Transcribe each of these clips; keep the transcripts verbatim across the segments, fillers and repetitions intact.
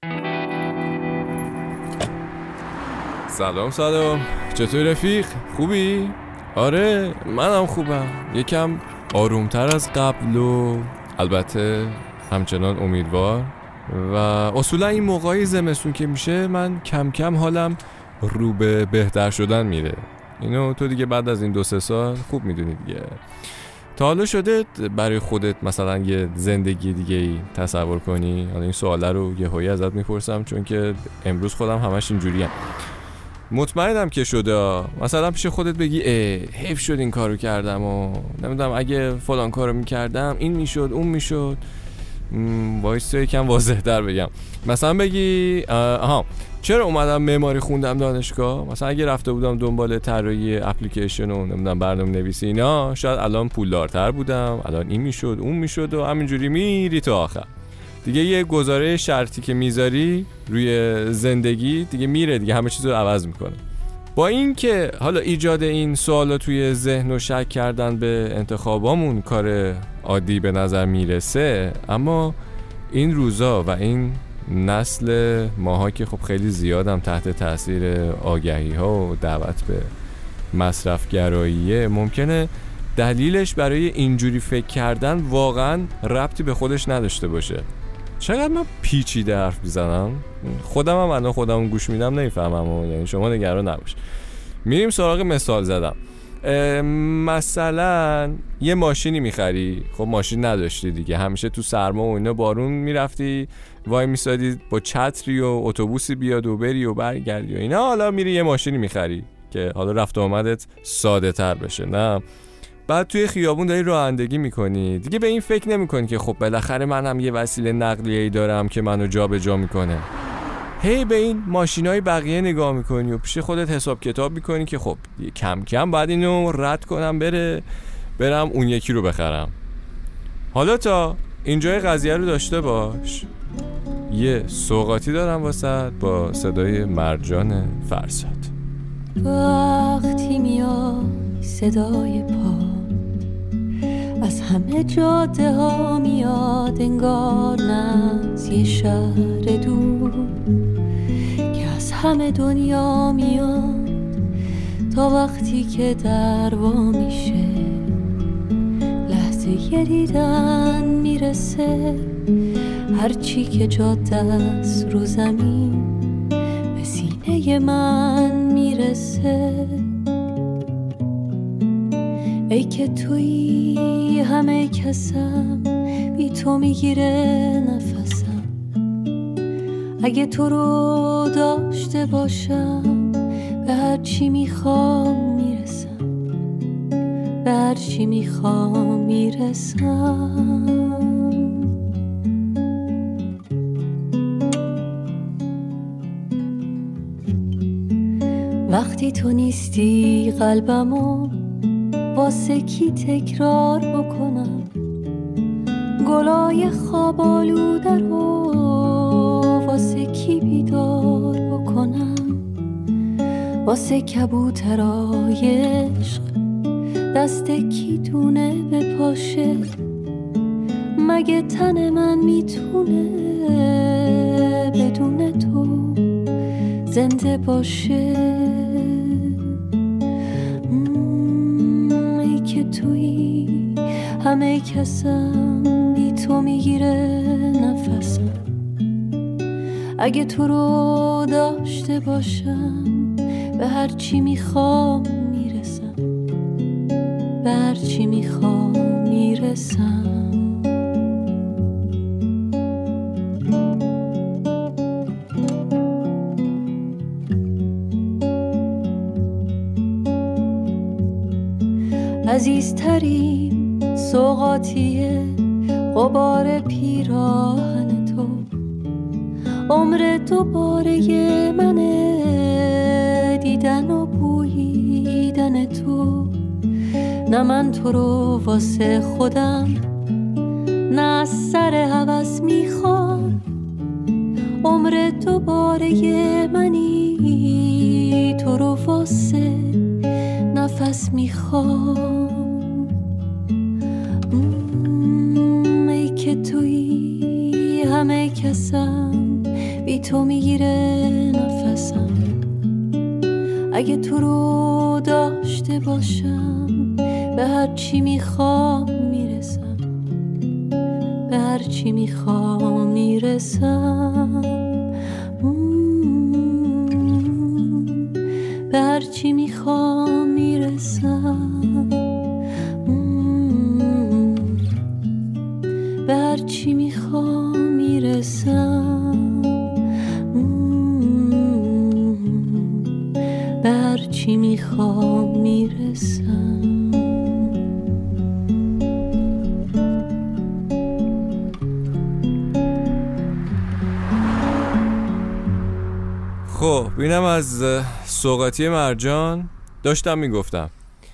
سلام سلام، چطور رفیق؟ خوبی؟ آره منم خوبم، یکم آرومتر از قبل و البته همچنان امیدوار. و اصولا این موقعی زمستون که میشه من کم کم حالم رو به بهتر شدن میره. اینو تو دیگه بعد از این دو سه سال خوب میدونی دیگه. تا حالا شده برای خودت مثلا یه زندگی دیگه ای تصور کنی؟ حالا این سواله رو یه هایی ازت میپرسم چون که امروز خودم همش اینجوریم. مطمئنم که شده. مثلا پیش خودت بگی اه حیف شد این کارو کردم و نمیدونم اگه فلان کارو میکردم این میشد اون میشد. وایسا یکم واضح در بگم. مثلا بگی آها چرا اومدم معماری خوندم دانشگاه؟ مثلا اگه رفته بودم دنبال طراحی اپلیکیشن و نمیدونم برنامه نویسی اینا شاید الان پولدارتر بودم، الان این میشد اون میشد و همینجوری میری تا آخر. دیگه یه گزاره شرطی که میذاری روی زندگی دیگه میره دیگه، همه چیز رو عوض میکنه. با این که حالا ایجاد این سوالا توی ذهن و شک کردن به انتخابامون کار عادی به نظر میرسه، اما این روزا و این نسل ماها که خب خیلی زیادم تحت تاثیر آگهی ها و دعوت به مصرف گراییه، ممکنه دلیلش برای اینجوری فکر کردن واقعا ربطی به خودش نداشته باشه. چقدر من پیچیده حرف میزنم، خودم هم الان خودم گوش میدم نمیفهمم، یعنی شما نگران نباش. میریم سراغ مثال زدم. مثلا یه ماشینی میخری، خب ماشین نداشتی دیگه، همیشه تو سرما و اینا بارون میرفتی وای میسادی با چتری و اتوبوسی بیاد و بری و برگردی و اینا. حالا میری یه ماشینی میخری که حالا رفت و آمدت ساده تر بشه، نه بعد توی خیابون داری رانندگی میکنی دیگه به این فکر نمیکنی که خب بالاخره من هم یه وسیله نقلیه‌ای دارم که منو جا به جا میکنه. هی به این ماشینای بقیه نگاه میکنی و پیش خودت حساب کتاب میکنی که خب کم کم بعد اینو رد کنم بره برم اون یکی رو بخرم. حالا تا اینجای قضیه رو داشته باش، یه سوغاتی دارم واسه با صدای مرجان فرزاد. وقتی میاد صدای پا از همه جاده ها میاد، انگار نه از یه شهر دور که از همه دنیا میاد، تا وقتی که در وا میشه لحظه یه دیدن میرسه، هرچی که جاده است رو زمین به سینه من میرسه. ای که توی همه کسم، بی تو میگیره نفسم، اگه تو رو داشته باشم به هر چی میخوام میرسم، به هر چی میخوام میرسم. وقتی تو نیستی قلبمو واسه کی تکرار بکنم، گلای خواب آلوده رو واسه کی بیدار بکنم، واسه کبوترای عشق دست کی دونه بپاشه، مگه تن من میتونه بدون تو زنده باشه. که توی همه کسم، بی تو میگیره نفسم، اگه تو رو داشته باشم به هر چی میخوام میرسم، به هر چی میخوام میرسم. عزیزترین سوغاتیه غبار پیراهن تو، عمر دوباره منه دیدن و بوییدن تو، نه من تو رو واسه خودم نه از سر هوس میخوام، عمر دوباره منی تو رو واسه نفس میخوام. ای که توی همه کسم، بی تو میگیره نفسم، اگه تو رو داشته باشم به هر چی میخوام میرسم، به هر چی میخوام میرسم، به هر چی میخوام میرسم، به هر چی میخوام میرسم، به هر چی میخوام میرسم. خب اینم از سوغاتی مرجان. داشتم میگفتم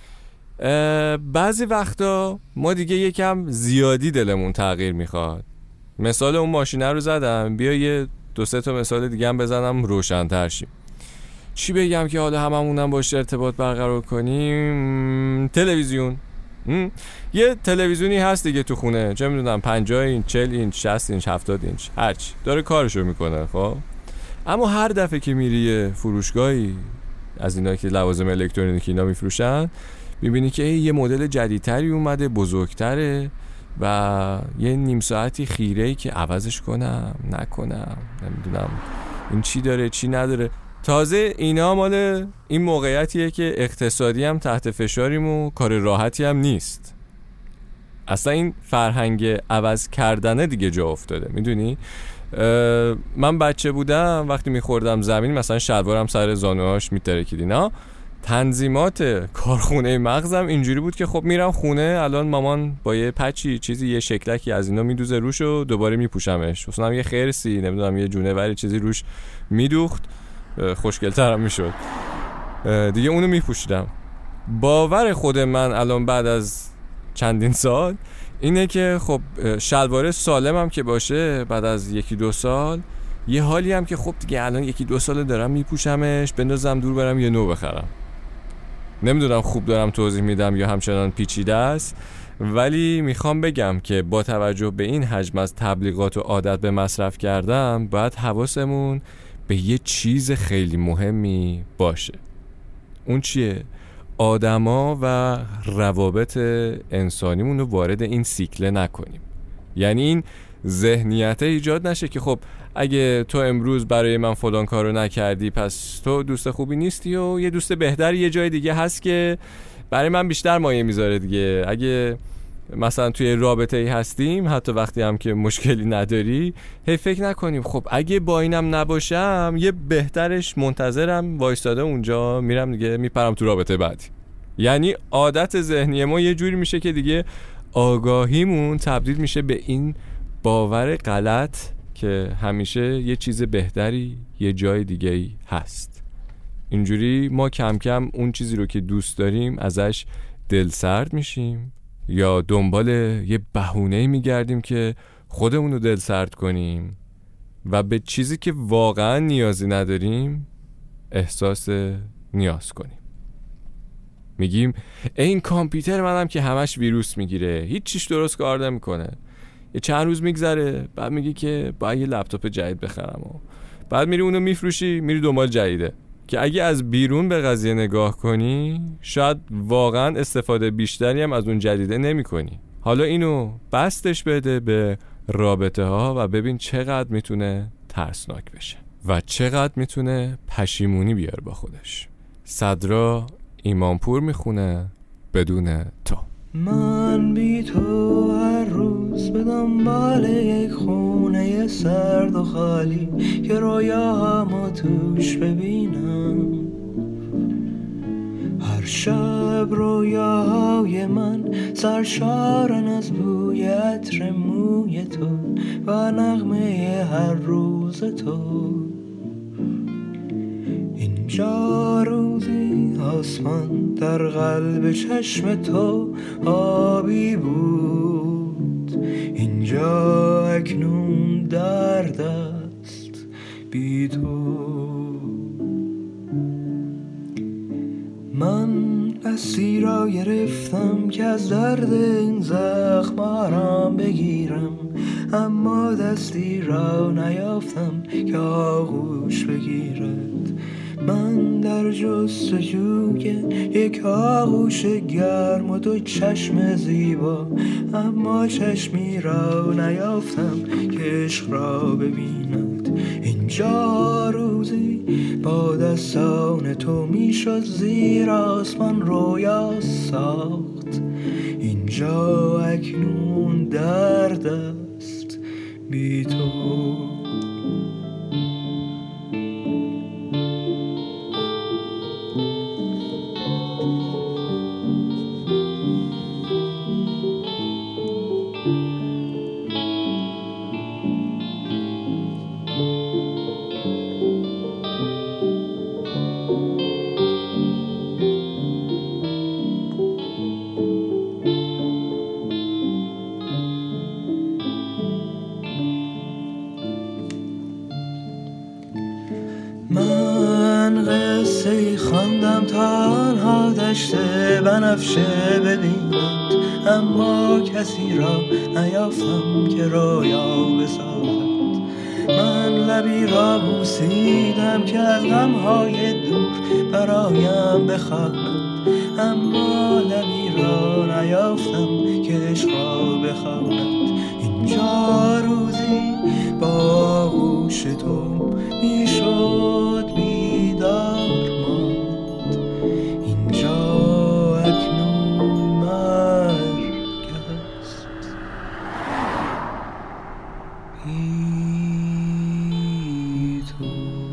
بعضی وقتا ما دیگه یکم زیادی دلمون تغییر میخواد. مثال اون ماشینه رو زدم، بیا یه دو سه تا مثال دیگه هم بزنم روشن‌تر شیم. چی بگم که حالا هممونم باشه ارتباط برقرار کنیم؟ تلویزیون. یه تلویزیونی هست دیگه تو خونه، چه میدونم پنجاه اینچ، چهل اینچ، شصت اینچ، هفتاد اینچ، هرچی داره کارشو میکنه. خب اما هر دفعه که میری فروشگاهی از اینا که لوازم الکترونیکی اینا میفروشن، میبینی که یه مدل جدیدتری اومده، بزرگتره و یه نیم ساعتی خیره‌ای که عوضش کنم نکنم، نمیدونم این چی داره چی نداره. تازه اینا مال این موقعیتیه که اقتصادی هم تحت فشاریم و کار راحتی هم نیست. اصلا این فرهنگ عوض کردنه دیگه جا افتاده. میدونی من بچه بودم وقتی میخوردم زمین مثلا شلوارم سر زانوهاش میترکید اینا، تنظیمات کارخونه مغزم اینجوری بود که خب میرم خونه، الان مامان با یه پچی چیزی یه شکلکی از اینا میدوزه روش و دوباره میپوشمش، اصلا یه خرسی نمیدونم یه جونوری چیزی روش میدوخت، خوشگل‌ترم میشد دیگه، اونو میپوشیدم. باور خود من الان بعد از چندین سال اینه که خب شلوار سالمم که باشه بعد از یکی دو سال یه حالی هم که خب دیگه الان یکی دو سال دارم میپوشمش، بندازم دور برم یه نو بخرم. نمیدونم خوب دارم توضیح میدم یا همچنان پیچیده است، ولی میخوام بگم که با توجه به این حجم از تبلیغات و عادت به مصرف کردم باید حواسمون به یه چیز خیلی مهمی باشه. اون چیه؟ آدما و روابط انسانیمون رو وارد این سیکله نکنیم. یعنی این ذهنیت ایجاد نشه که خب اگه تو امروز برای من فلان کارو نکردی پس تو دوست خوبی نیستی و یه دوست بهتر یه جای دیگه هست که برای من بیشتر مایه میذاره دیگه. اگه مثلا توی رابطه ای هستیم، حتی وقتی هم که مشکلی نداری، هی فکر نکنیم خب اگه با اینم نباشم یه بهترش منتظرم وایستاده اونجا، میرم دیگه میپرم تو رابطه بعدی. یعنی عادت ذهنی ما یه جوری میشه که دیگه آگاهیمون تبدیل میشه به این باور غلط که همیشه یه چیز بهتری یه جای دیگه‌ای هست. اینجوری ما کم کم اون چیزی رو که دوست داریم ازش دلسرد میشیم یا دنبال یه بهونه‌ای میگردیم که خودمون رو دلسرد کنیم و به چیزی که واقعا نیازی نداریم احساس نیاز کنیم. میگیم این کامپیوتر منم که همش ویروس میگیره، هیچ چیش درست کار نمیکنه. یه چند روز میگذره بعد میگی که باید یه لپتاپ جدید بخرم و بعد میری اونو میفروشی، میری دنبال جدیده که اگه از بیرون به قضیه نگاه کنی شاید واقعا استفاده بیشتری هم از اون جدیده نمی کنی. حالا اینو بستش بده به رابطه ها و ببین چقدر میتونه ترسناک بشه و چقدر میتونه پشیمونی بیاره با خودش. صدرا ایمانپور میخونه بدون تو. من بی تو هر روز به دنبال یک خونه سرد و خالی که رویاهامو توش ببینم. هر شب رویاهای من سرشارن از بوی عطر موی تو و نغمه هر روز تو. اینجا روزی آسمان در قلب چشم تو آبی بود، اینجا اکنون درد است بی تو. من دستی را گرفتم که از درد این زخم آرام بگیرم، اما دستی را نیافتم که آغوش بگیرد. من در جستجوی یک آغوش گرم و دو چشم زیبا، اما چشمی را نیافتم که عشق را ببیند. اینجا روزی با دستان تو میشد زیر آسمان رویا ساخت، اینجا اکنون درد است بی تو. من قصه خواندم تا آنها دشت بنفشه ببینند، اما کسی را نیافتم که رویا بسازد. من لبی را بوسیدم که از غمهای دور برایم بخواند، اما لبی را نیافتم که عشق را بخواند. اینجا روزی با آغوش تو میشد بیدار ماند، اینجا اکنون مرگ است بی تو.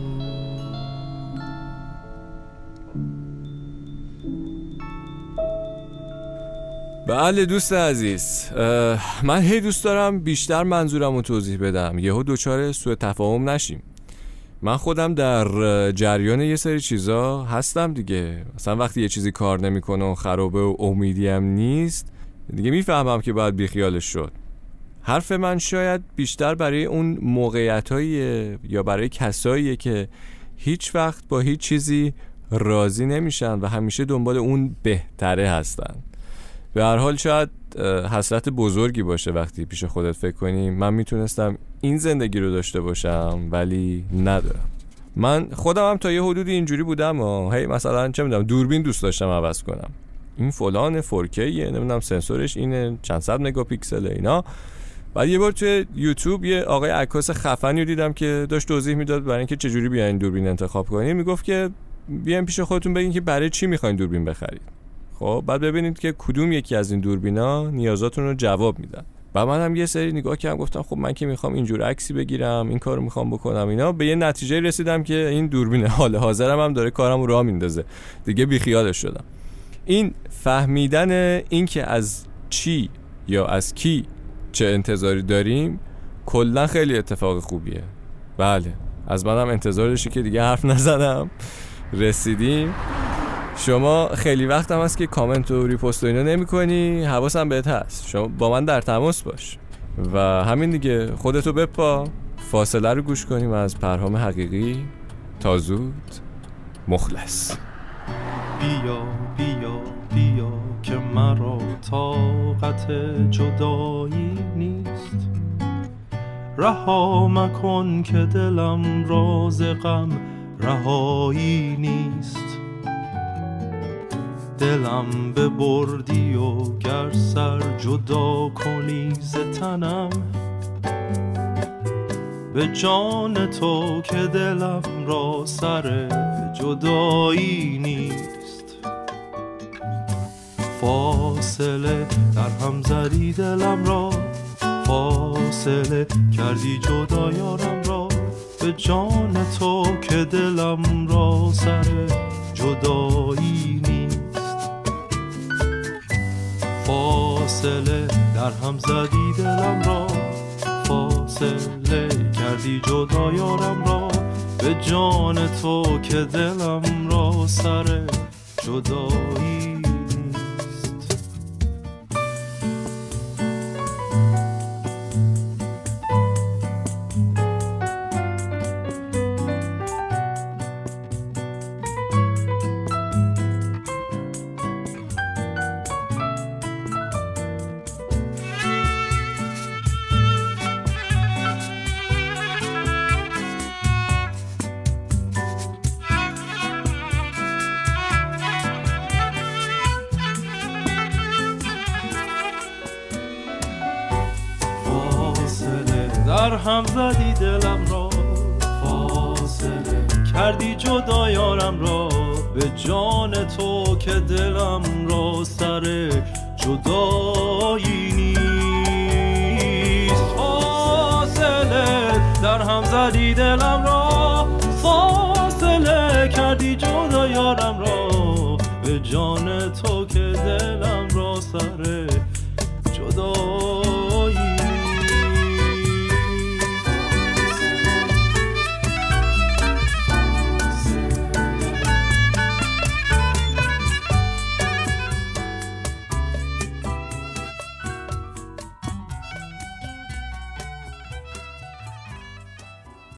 بله دوست عزیز، من هی دوست دارم بیشتر منظورم رو توضیح بدم، یهو دوچار سوء تفاهم نشیم. من خودم در جریان یه سری چیزا هستم دیگه. مثلا وقتی یه چیزی کار نمیکنه و خرابه و امیدی هم نیست دیگه، میفهمم که باید بیخیالش شد. حرف من شاید بیشتر برای اون موقعیتاییه یا برای کساییه که هیچ وقت با هیچ چیزی راضی نمیشن و همیشه دنبال اون بهتره هستن. به هر حال شاید حسرت بزرگی باشه وقتی پیش خودت فکر کنی من میتونستم این زندگی رو داشته باشم ولی ندارم. من خودم هم تا یه حدودی اینجوری بودم و هی مثلا چه میدونم دوربین دوست داشتم عوض کنم، این فلان فور کیه، نمیدونم سنسورش اینه، چند صد مگاپیکسل اینا. بعد یه بار توی یوتیوب یه آقای عکاس خفنی رو دیدم که داشت توضیح میداد برای اینکه چجوری بیاین دوربین انتخاب کنین. میگفت که بیاین پیش خودتون بگین که برای چی میخواین دوربین بخرید. خب بعد ببینید که کدوم یکی از این دوربینا نیازاتون رو جواب میدن. و من هم یه سری نگاه کردم گفتم خب من که میخوام اینجور عکسی بگیرم، این کارو میخوام بکنم اینا، به یه نتیجه رسیدم که این دوربین حال حاضرم هم داره کارم رو راه میندازه، دیگه بیخیالش شدم. این فهمیدن این که از چی یا از کی چه انتظاری داریم کلا خیلی اتفاق خوبیه. بله از منم انتظار داشتی که دیگه حرف نزدم، رسیدیم. شما خیلی وقت هم هست که کامنت و ریپوست و اینا نمی کنی، حواسم بهت هست، شما با من در تماس باش و همین دیگه، خودتو بپا، فاصله رو گوش کنیم از پرهام حقیقی. تا زود، مخلص. بیا بیا بیا که مرا طاقت جدایی نیست، رها مکن که دلم راز غم رهایی نیست. دلم ببردی و گر سر جدا کنی ز تنم، به جان تو که دلم را سر جدایی نیست. فاصله در هم زدی دلم را، فاصله کردی جدا یارم را، به جان تو که دلم را سر جدایی نیست. فاصله در هم زدی دلم را، فاصله کردی جدا یارم را، به جان تو که دلم را سر جدایی نیست. در هم زدی دلم را، فاصله کردی جدا یارم را، به جان تو که دلم را سر جدایی نیست. فاصله در هم زدی دلم را، فاصله کردی جدا یارم را، به جان تو که دلم را سر جدایی